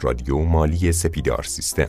رادیو مالی سپیدار سیستم.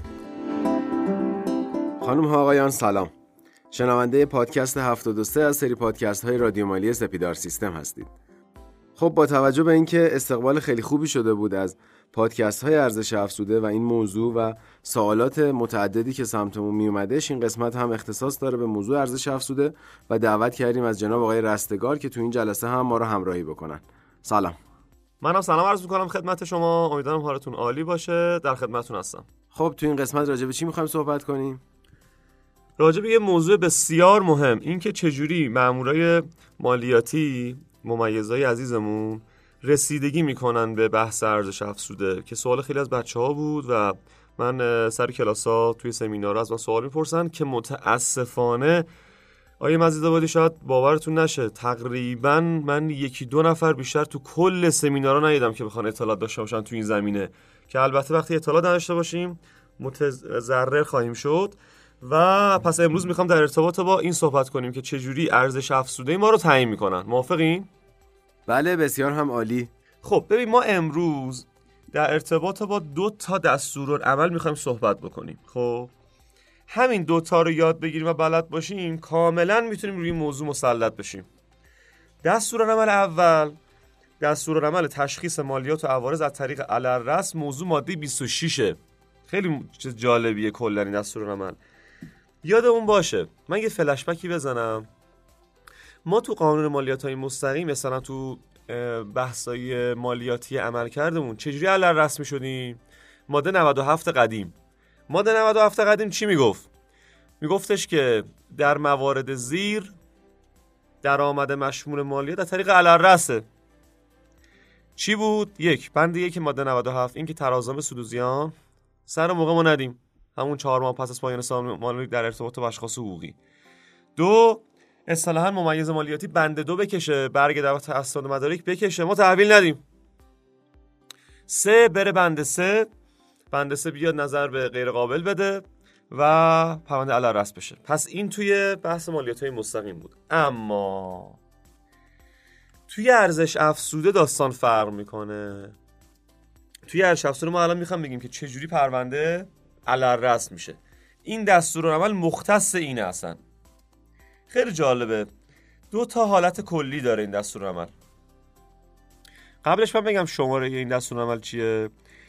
خانم ها آقایان سلام. شنونده پادکست 73 از سری پادکست های رادیو مالی سپیدار سیستم هستید. خب با توجه به اینکه استقبال خیلی خوبی شده بود از پادکست های ارزش افزوده و این موضوع و سوالات متعددی که سمتمون می اومدش، این قسمت هم اختصاص داره به موضوع ارزش افزوده و دعوت کردیم از جناب آقای رستگار که تو این جلسه هم ما رو همراهی بکنن. سلام. منم سلام عرض می‌کنم خدمت شما. امیدوارم حالتون عالی باشه. در خدمتتون هستم. خب تو این قسمت راجع به چی می‌خوایم صحبت کنیم؟ راجع به یه موضوع بسیار مهم، این که چجوری مامورای مالیاتی، ممیزای عزیزمون رسیدگی میکنن به بحث ارزش افزوده، که سوال خیلی از بچه‌ها بود و من سر کلاس‌ها توی سمینارها از من سوال می‌پرسن که متأسفانه آیه مزیدآبادی شاید باورتون نشه، تقریبا من 1-2 نفر بیشتر تو کل سمینارها ندیدم که بخوان اطلاعات داشته باشن تو این زمینه، که البته وقتی اطلاعات نداشته باشیم متضرر خواهیم شد. و پس امروز میخوام در ارتباط با این صحبت کنیم که چجوری ارزش افزوده ما رو تعیین میکنن. موافقین؟ بله بسیار هم عالی. خب ببین، ما امروز در ارتباط با 2 دستورالعمل میخوایم صحبت بکنیم. خب همین 2 رو یاد بگیریم و بلد باشیم کاملا میتونیم روی این موضوع مسلط بشیم. دستورالعمل اول، دستورالعمل تشخیص مالیات و عوارض از طریق علالرأس، موضوع ماده 26. خیلی جالبیه کلا این دستورالعمل. یادمون باشه، من یه فلش بکی بزنم. ما تو قانون مالیات‌های مستقیم، مثلا تو بحث‌های مالیاتی عملکردمون چجوری علالرأس می‌شدیم؟ ماده 97 قدیم. ماده 97 قدیم چی میگفت؟ میگفتش که در موارد زیر درآمد مشمول مالیات از طریق علالرأسه. چی بود؟ بند 1 ماده 97 این که ترازام سود و زیان سر موقع ما ندیم، همون 4 ماه پس از پایان سال مالی در ارتباط با اشخاص حقوقی. 2 اصطلاحاً ممیز مالیاتی بند 2 بکشه، برگ دعوت اسناد مدارک بکشه، ما تحویل ندیم. 3 بره بند 3 بیاد نظر به غیر قابل بده و پرونده علالرأس بشه. پس این توی بحث مالیات‌های مستقیم بود. اما توی ارزش افزوده داستان فرق میکنه. توی ارزش افزوده ما الان میخوام بگیم که چجوری پرونده علالرأس میشه. این دستورالعمل مختص اینه. اصلا خیلی جالبه. 2 حالت کلی داره این دستورالعمل. قبلش من بگم شماره این دستورالعمل چیه؟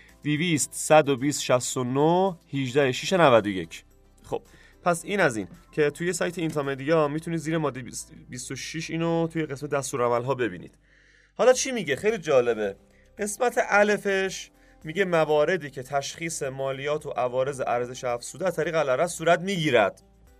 200-169-18-691. خب پس این از این که توی سایت اینتامدیا میتونید زیر ماده 26 اینو توی قسمت دستورالعمل ها ببینید. حالا چی میگه؟ خیلی جالبه. قسمت الفش میگه مواردی که تشخیص مالیات و عوارض ارزش افزوده از طریق علالرأس صورت میگیرد.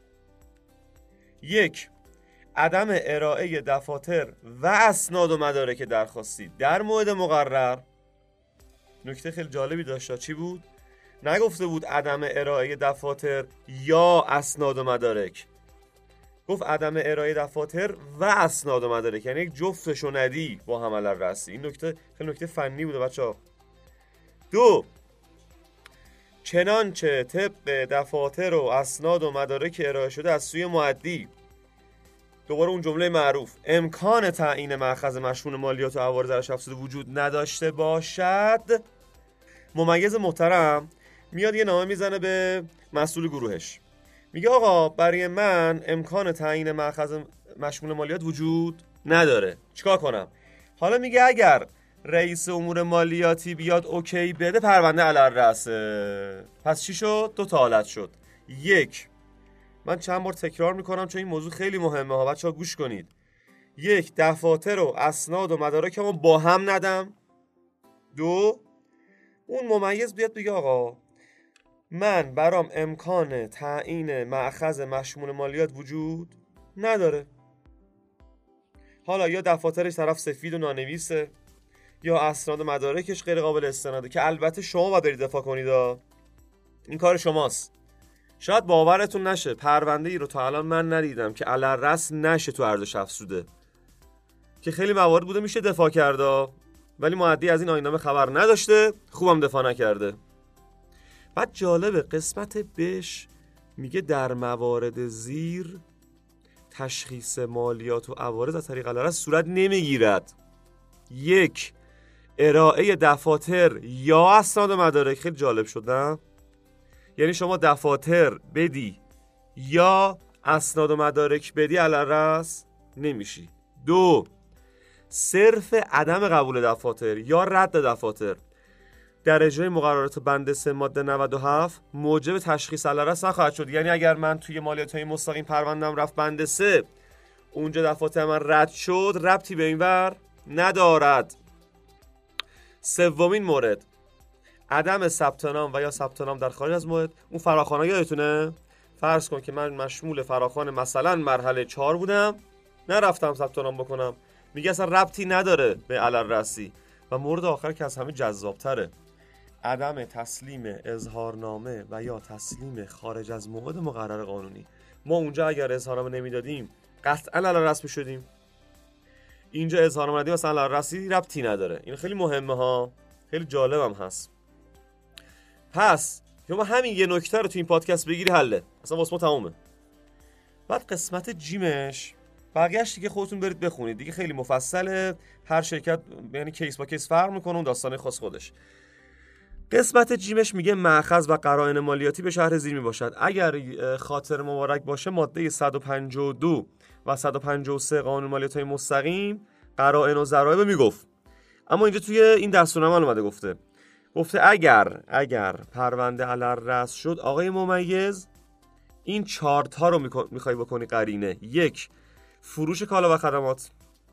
1 عدم ارائه دفاتر و اسناد و مدارک درخواستی در موعد مقرر. نکته خیلی جالبی داشت. چی بود؟ نگفته بود عدم ارائه دفاتر یا اسناد و مدارک، گفت عدم ارائه دفاتر و اسناد و مدارک، یعنی یک جفتشو ندی با هم علالرأسی. این نکته خیلی نکته فنی بوده بچه‌ها. 2 چنانچه طبق دفاتر و اسناد و مدارک ارائه شده از سوی مؤدی، دوباره اون جمله معروف، امکان تعیین مأخذ مشمول مالیات و عوارض ارزش افزوده وجود نداشته باشد، ممیز محترم میاد یه نامه میزنه به مسئول گروهش، میگه آقا برای من امکان تعیین مأخذ مشمول مالیات وجود نداره، چیکار کنم؟ حالا میگه اگر رئیس امور مالیاتی بیاد اوکی بده پرونده علالرأسه. پس چی شد؟ 2 حالت شد. 1 من چند بار تکرار میکنم چون این موضوع خیلی مهمه ها، بچه‌ها گوش کنید. 1 دفاتر و اسناد و مدارکمو با هم ندم. 2 اون ممیز بیاد بگه آقا من برام امکان تعیین مأخذ مشمول مالیات وجود نداره. حالا یا دفاترش طرف سفید و نانویسه یا اسناد و مدارکش غیر قابل استناده، که البته شما باید برید دفاع کنید. این کار شماست. شاید باورتون نشه پرونده ای رو تا الان من ندیدم که علالرأس نشه تو ارزش افزوده، که خیلی موارد بوده میشه دفاع کرده ولی مؤدی از این آیین‌نامه خبر نداشته، خوبم دفاع نکرده. بعد جالبه قسمت بش میگه در موارد زیر تشخیص مالیات و عوارض از طریق علالرأس صورت نمیگیرد. 1 ارائه دفاتر یا اسناد و مدارک. خیلی جالب شد نه؟ یعنی شما دفاتر بدی یا اسناد و مدارک بدی علالرأس نمیشی. 2 صرف عدم قبول دفاتر یا رد دفاتر در اجرای مقررات بند 3 ماده 97 موجب تشخیص علالرأس نخواهد شد. یعنی اگر من توی مالیات‌های مستقیم پروندم رفت بند 3 اونجا دفاتر من رد شد، ربطی به این ور ندارد. 3مین مورد عدم ثبت نام و یا ثبت نام در خارج از موعد. اون فراخوان یادتونه؟ فرض کن که من مشمول فراخوان مثلا مرحله 4 بودم، نرفتم ثبت نام بکنم، میگه اصلا ربطی نداره به علالرأسی. و مورد آخر که از همه جذاب‌تره، عدم تسلیم اظهارنامه و یا تسلیم خارج از موعد مقرر قانونی. ما اونجا اگر اظهارنامه نمیدادیم قطعا علالرأس میشدیم. اینجا اظهارنامه ندیم مثلا علالرأسی ربطی نداره. این خیلی مهمه ها، خیلی جالبم هست. پس شما همین یه نکته رو تو این پادکست بگیری حله، اصلا واسه ما تمومه. بعد قسمت جیمش بقیه‌اش دیگه خودتون برید بخونید دیگه، خیلی مفصله. هر شرکت یعنی کیس با کیس فرق میکنه، اون داستان خاص خودش. قسمت جیمش میگه مأخذ و قرائن مالیاتی به شرح زیر میباشد. اگر خاطر مبارک باشه ماده 152 و 153 قانون مالیات‌های مستقیم قرائن و ضرایب میگفت. اما اینجا توی این دستورالعمل اومده گفته اگر پرونده علالرأس شد آقای ممیز، این 4 تا رو میخوای بکنی قرینه. 1 فروش کالا و خدمات،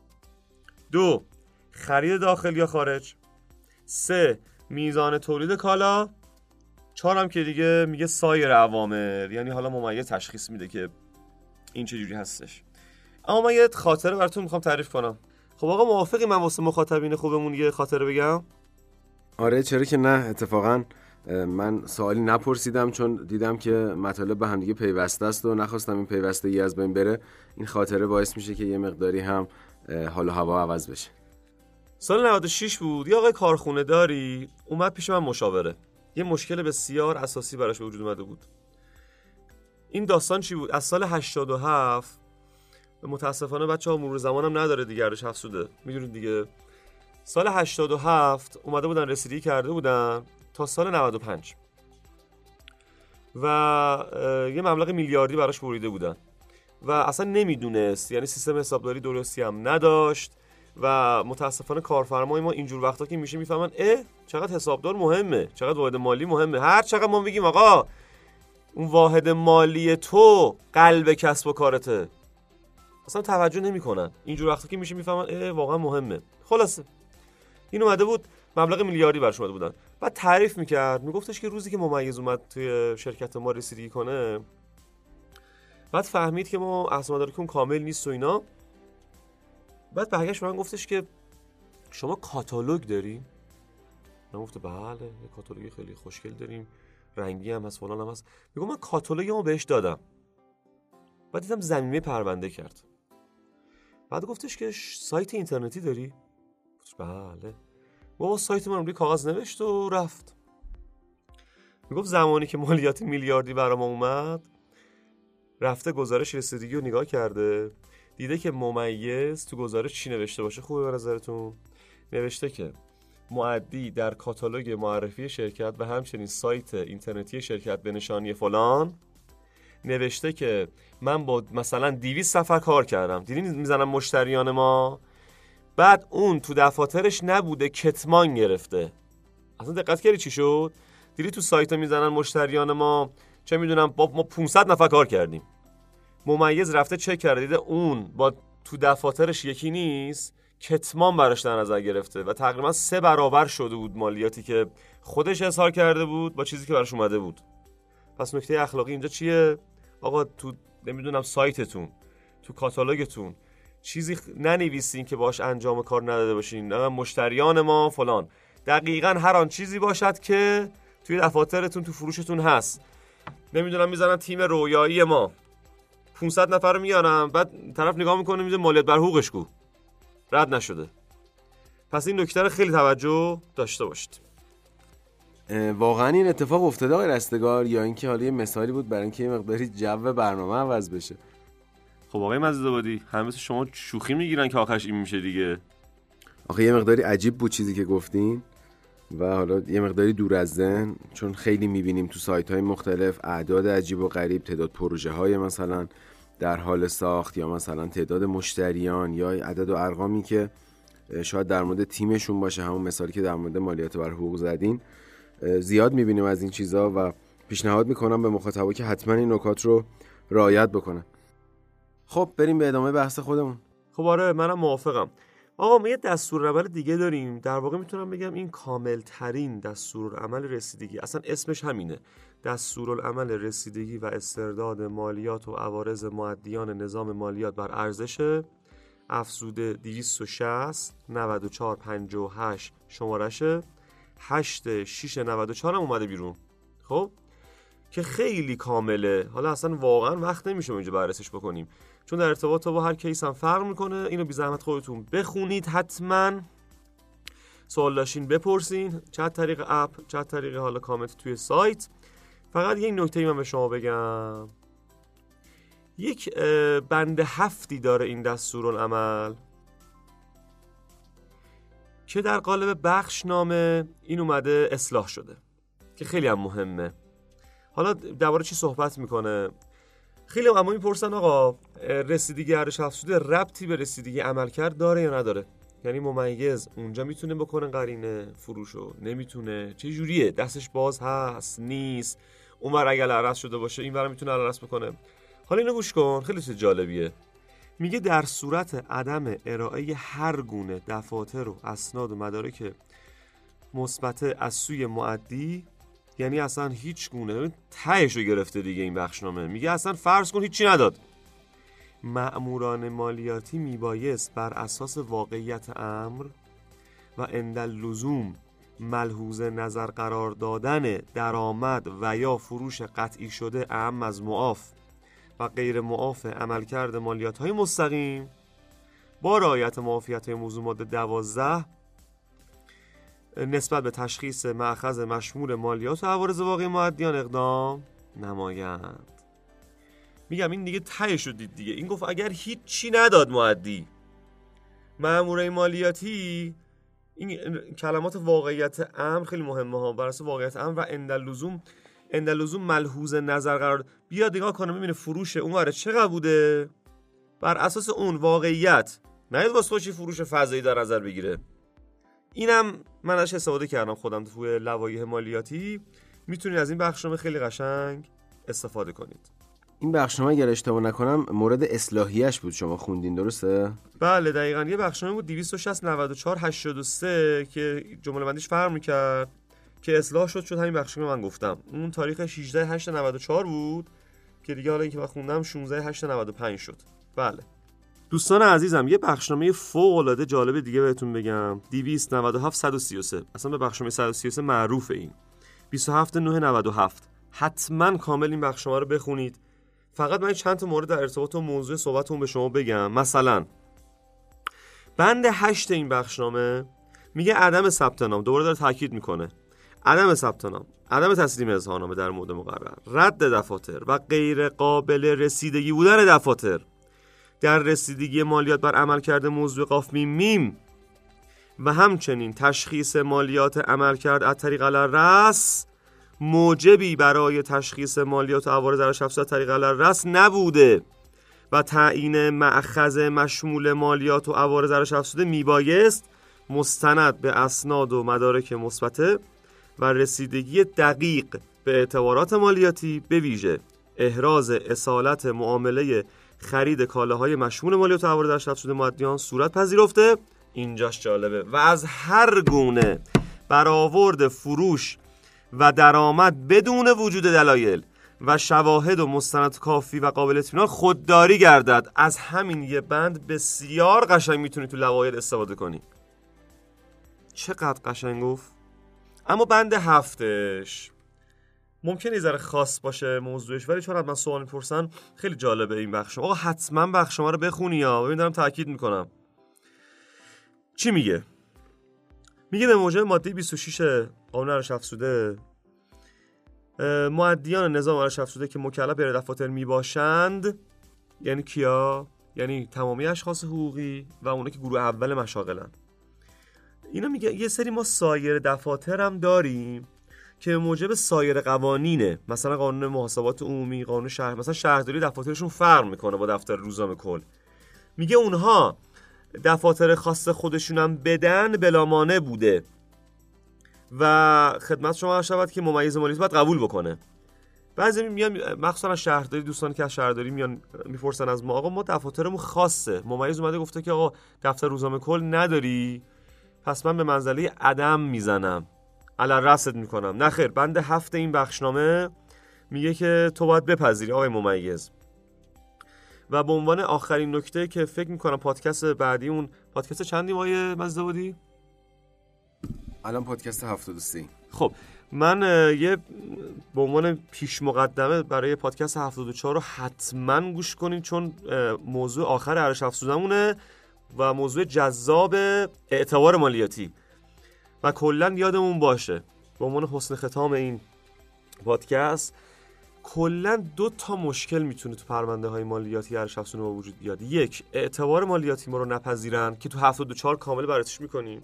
2 خرید داخل یا خارج، 3 میزان تولید کالا، 4 هم که دیگه میگه سایر عوامل، یعنی حالا ممیز تشخیص میده که این چه جوری هستش. اما من یه خاطره براتون میخوام تعریف کنم. خب آقا موافقی من واسه مخاطبین خوبمون یه خاطره بگم؟ آره چرا که نه. اتفاقا من سوالی نپرسیدم چون دیدم که مطالب به هم دیگه پیوسته است و نخواستم این پیوستگی از بین بره. این خاطره باعث میشه که یه مقداری هم حال و هوا عوض بشه. سال 96 بود. یه آقای کارخونه داری اومد پیش من مشاوره. یه مشکل بسیار اساسی براش به وجود اومده بود. این داستان چی بود؟ از سال 87 متاسفانه بچه‌ها مرور زمانم نداره دیگه، ارزش افزوده، میدونید دیگه. سال 87 اومده بودن رسیدگی کرده بودن تا سال 95 و یه مبلغ میلیاردی براش بریده بودن و اصلا نمیدونست، یعنی سیستم حسابداری درستی هم نداشت و متاسفانه کارفرمای ما اینجور وقتا که میشه میفهمن چقدر حسابدار مهمه، چقدر واحد مالی مهمه. هر چقدر ما بگیم آقا اون واحد مالی تو قلب کسب و کارته، اصلا توجه نمیکنن. اینجور وقتا که میشه میفهمن واقعا مهمه. خلاصه این اومده بود مبلغ میلیاردی براش اومده بودن. بعد تعریف میکرد، میگفتش که روزی که ممیز اومد توی شرکت ما رسیدگی کنه، بعد فهمید که ما اسناد مدارکمون کامل نیست و اینا. بعد برگشت من گفتش که شما کاتالوگ داری؟ من گفتم بله یه کاتالوگ خیلی خوشگل داریم، رنگی هم هست فلان هم هست. میگم من کاتالوگمو بهش دادم. بعد دیدم ضمیمه پرونده کرد. بعد گفتش که سایت اینترنتی داری؟ بله. بابا سایت من روی کاغذ نوشت و رفت. میگفت زمانی که مالیات میلیاردی برام اومد، رفته گزارش رسیدگی رو نگاه کرده، دیده که ممیز تو گزارش چی نوشته باشه. خوبه به نظرتون؟ نوشته که مؤدی در کاتالوگ معرفی شرکت و همچنین سایت اینترنتی شرکت به نشانی فلان نوشته که من با مثلا 200 نفر کار کردم. دیدین میزنم مشتریان ما، بعد اون تو دفاترش نبوده، کتمان گرفته. اصلا دقت کردی چی شد؟ دیدی تو سایت میزنن مشتریان ما چه میدونم با ما 500 نفر کار کردیم. ممیز رفته چک کرده دیده اون با تو دفاترش یکی نیست، کتمان براش در نظر گرفته و تقریبا 3 برابر شده بود مالیاتی که خودش اظهار کرده بود با چیزی که براش اومده بود. پس نکته اخلاقی اینجا چیه؟ آقا تو نمیدونم سایتتون، تو کاتالوگتون چیزی ننویسین که باش انجام کار نداده باشین. مشتریان ما فلان، دقیقاً هر آن چیزی باشد که توی دفاترتون تو فروشتون هست. نمیدونم میزنن تیم رویایی ما 500 نفر رو میارن، بعد طرف نگاه میکنه میگه مالیات بر حقوقش کو رد نشده. پس این نکته رو خیلی توجه داشته باشید. واقعا این اتفاق افتاده آقای رستگار یا اینکه حالا یه مثالی بود برای اینکه یه مقداری جو برنامه عوض بشه؟ خب آقای مزیدآبادی همه شما شوخی میگیرن که آخرش این میشه دیگه. آخه یه مقداری عجیب بود چیزی که گفتین و حالا یه مقداری دور از ذهن، چون خیلی میبینیم تو سایت‌های مختلف اعداد عجیب و غریب، تعداد پروژه‌های مثلا در حال ساخت یا مثلا تعداد مشتریان یا عدد و ارقامی که شاید در مورد تیمشون باشه، همون مثالی که در مورد مالیات بر حقوق زدین، زیاد میبینیم از این چیزا و پیشنهاد میکنم به مخاطبا که حتما این نکات رو رعایت بکنن. خب بریم به ادامه بحث خودمون. خب آره منم موافقم. آقا ما یه دستورالعمل دیگه داریم، در واقع میتونم بگم این کامل ترین دستورالعمل رسیدگی، اصلا اسمش همینه، دستورالعمل رسیدگی و استرداد مالیات و عوارض مؤدیان نظام مالیات بر ارزش افزوده 260 94 58 شمارش 8694 هم اومده بیرون. خب که خیلی کامله، حالا اصلا واقعا وقت نمیشه اینجا بررسیش بکنیم چون در ارتباط با هر کیس هم فرق میکنه. اینو بی زحمت خودتون بخونید، حتما سوال داشتین بپرسین، چه طریق اپ چه طریق حالا کامنت توی سایت. فقط یک نکته‌ای من به شما بگم، یک بند 7 داره این دستورالعمل که در قالب بخشنامه این اومده اصلاح شده که خیلی هم مهمه. حالا درباره چی صحبت میکنه؟ خیلی هم اما میپرسن آقا رسیدگی ارزش افزوده ربطی به رسیدگی عملکرد داره یا نداره؟ یعنی ممیز اونجا میتونه بکنه قرینه فروشو، نمیتونه، چه جوریه، دستش باز هست نیست، اونور اگه عرض شده باشه اینور میتونه عرض بکنه. حالا اینو گوش کن، خیلی چیز جالبیه. میگه در صورت عدم ارائه هر گونه دفاتر و اسناد و مدارک مثبت از سوی مؤدی، یعنی اصلا هیچ گونه، تهش رو گرفته دیگه این بخشنامه، میگه اصلا فرض کن هیچی نداد، مأموران مالیاتی میبایست بر اساس واقعیت امر و عند اللزوم ملحوظ نظر قرار دادن درآمد و یا فروش قطعی شده اعم از معاف و غیر معاف عملکرد مالیات‌های مستقیم با رعایت معافیت‌های موضوع ماده 12 نسبت به تشخیص مأخذ مشمول مالیات و عوارض واقعی مؤدیان اقدام نمایند. میگم این دیگه تهش رو دید دیگه. این گفت اگر هیچی نداد مؤدی، مأمورای مالیاتی، این کلمات واقعیت امر خیلی مهمه ها، بر اساس واقعیت امر و عند اللزوم ملحوظ نظر قرار، بیاد نگاه کنه ببینه فروش اون واره چقدر بوده، بر اساس اون واقعیت، نه واسه خودش فروش فضایی در نظر بگیره. اینم من ازش استفاده کردم خودم توی لوایح مالیاتی، میتونید از این بخشنامه خیلی قشنگ استفاده کنید. این بخشنامه اگر اشتباه نکنم مورد اصلاحیش بود، شما خوندین درسته؟ بله دقیقاً، یه بخشنامه بود 260 94 83 که جمله بندیش فرق می‌کرد که اصلاح شد همین بخشنامه من گفتم. اون تاریخ 18 8 94 بود که دیگه حالا اینکه من خوندم 16 8 95 شد. بله دوستان عزیزم، یه بخشنامه فوق‌العاده جالب دیگه بهتون بگم، 297 133، اصلا به بخشنامه 133 معروفه، این 27 9 97. حتما کامل این بخشنامه رو بخونید. فقط من چند تا مورد در ارتباط با موضوع صحبتمون به شما بگم. مثلا بند 8 این بخشنامه میگه عدم ثبت نام، دوباره داره تاکید میکنه، عدم ثبت نام، عدم تسلیم اظهارنامه در مورد مقرر، رد دفاتر و غیر قابل رسیدگی بودن دفاتر در رسیدگی مالیات بر عملکرد موضوع قاف میم و همچنین تشخیص مالیات عملکرد از طریق الرأس موجبی برای تشخیص مالیات و عوارض ارزش افزوده از طریق الرأس نبوده و تعیین مأخذ مشمول مالیات و عوارض ارزش افزوده میبایست مستند به اسناد و مدارک مثبت و رسیدگی دقیق به اعتبارات مالیاتی، به ویژه احراز اصالت معامله خرید کالاهای مشمول مالیات و عوارض ارزش افزوده مؤدیان صورت پذیرفته. اینجاش جالبه، و از هر گونه برآورد فروش و درآمد بدون وجود دلایل و شواهد و مستند کافی و قابل اطمینان خودداری گردد. از همین یه بند بسیار قشنگ میتونی تو لوایح استفاده کنی. چقدر قشنگ گفت. اما بند 7ش ممکنه یه ذره خاص باشه موضوعش، ولی چون حتما سوال میپرسن خیلی جالبه این بخش. آقا حتما بخش شما رو بخونی یا ببین، دارم تاکید میکنم. چی میگه؟ میگه به موجب ماده 26 قانون ارزش افزوده مؤدیان نظام ارزش افزوده که مکلف به دفاتر میباشند، یعنی کیا؟ یعنی تمامی اشخاص حقوقی و اونایی که گروه اول مشاغلن، اینا میگه یه سری ما سایر دفاتر هم داریم که موجب سایر قوانینه، مثلا قانون محاسبات عمومی، قانون شهر، مثلا شهرداری دفاترشون فرق میکنه با دفتر روزنامه کل. میگه اونها دفاتر خاص خودشون هم بدن بلا مانع بوده و خدمت شما عرض شود که ممیز مالیاتی باید قبول بکنه. بعضی میان مخصوصا شهرداری، دوستانی که از شهرداری میان میپرسن از ما آقا ما دفاترمون خاصه، ممیز اومده گفته که آقا دفتر روزنامه کل نداری، پس من به منزله عدم میزنم، علی رأست میکنم. نه خیر، بند 7 این بخشنامه میگه که تو باید بپذیری آقای ممیز. و به عنوان آخرین نکته که فکر میکنم پادکست بعدی، اون پادکست چندیم آقای مزداودی؟ الان پادکست 73. خب من یه به عنوان پیش مقدمه برای پادکست 74 رو حتما گوش کنین، چون موضوع آخر ارش افزودمونه و موضوع جذاب اعتبار مالیاتی و کلا یادمون باشه به عنوان حسن ختام این پادکست، کلا 2 تا مشکل میتونه تو پرونده های مالیاتی ارش افزوده با وجود بیاد. یک، اعتبار مالیاتی ما رو نپذیرن که تو 74 کامل بررسیش میکنیم.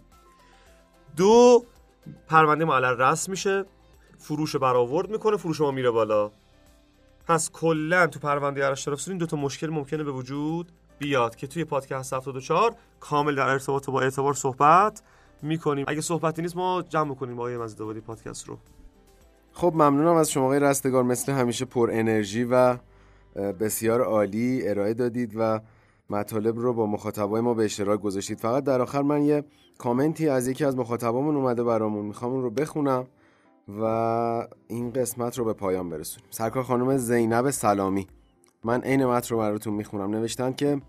2، پرونده ما علل رسم میشه، فروش برآورد میکنه، فروش ما میره بالا. پس کلا تو پرونده ارش افزوده این 2 تا مشکل ممکنه به وجود بیاد که توی پادکست 74 کامل در ارتباط با اعتبار صحبت میکنیم. اگه صحبتی نیست ما جمع کنیم آقای مزداودی پادکست رو. خب ممنونم از شما آقای رستگار، مثل همیشه پر انرژی و بسیار عالی ارائه دادید و مطالب رو با مخاطبای ما به اشتراک گذاشتید. فقط در آخر من یه کامنتی از یکی از مخاطبامون اومده برامون، میخوام اون رو بخونم و این قسمت رو به پایان برسونیم. سرکار خانم زینب سلامی، من عین متن رو براتون میخونم. نوشتن که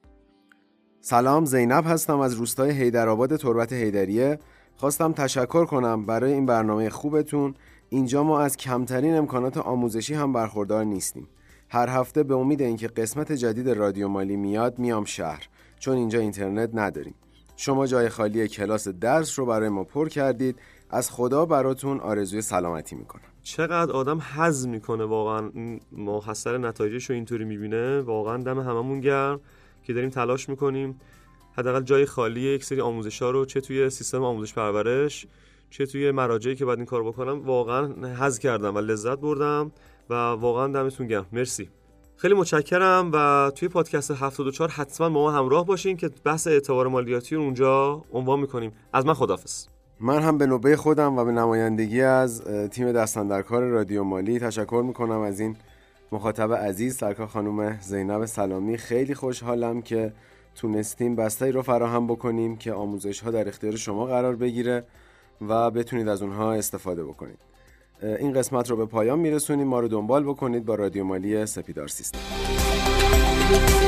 سلام، زینب هستم از روستای حیدرآباد تربت حیدریه. خواستم تشکر کنم برای این برنامه خوبتون. اینجا ما از کمترین امکانات آموزشی هم برخوردار نیستیم. هر هفته به امید اینکه قسمت جدید رادیو مالی میاد میام شهر، چون اینجا اینترنت نداریم. شما جای خالی کلاس درس رو برای ما پر کردید. از خدا براتون آرزوی سلامتی میکنم. چقدر آدم هضم میکنه واقعا محصل نتایجش رو اینطوری میبینه. واقعا دم هممون گرم که داریم تلاش میکنیم حداقل جای خالی یک سری آموزش‌ها رو چه توی سیستم آموزش پرورش چه توی مراجعی که بعد این کارو بکنم واقعا حظ کردم و لذت بردم و واقعا دمتون گرم. مرسی، خیلی متشکرم. و توی پادکست 74 حتما با ما همراه باشین که بحث اعتبار مالیاتی رو اونجا عنوان میکنیم. از من خداحافظ. من هم به نوبه خودم و به نمایندگی از تیم دستاندرکار رادیو مالی تشکر میکنم از این مخاطب عزیز، سرکار خانم زینب سلامی. خیلی خوشحالم که تونستیم بسته‌ای رو فراهم بکنیم که آموزش‌ها در اختیار شما قرار بگیره و بتونید از اونها استفاده بکنید. این قسمت رو به پایان میرسونیم. ما رو دنبال بکنید با رادیو مالی سپیدار سیستم.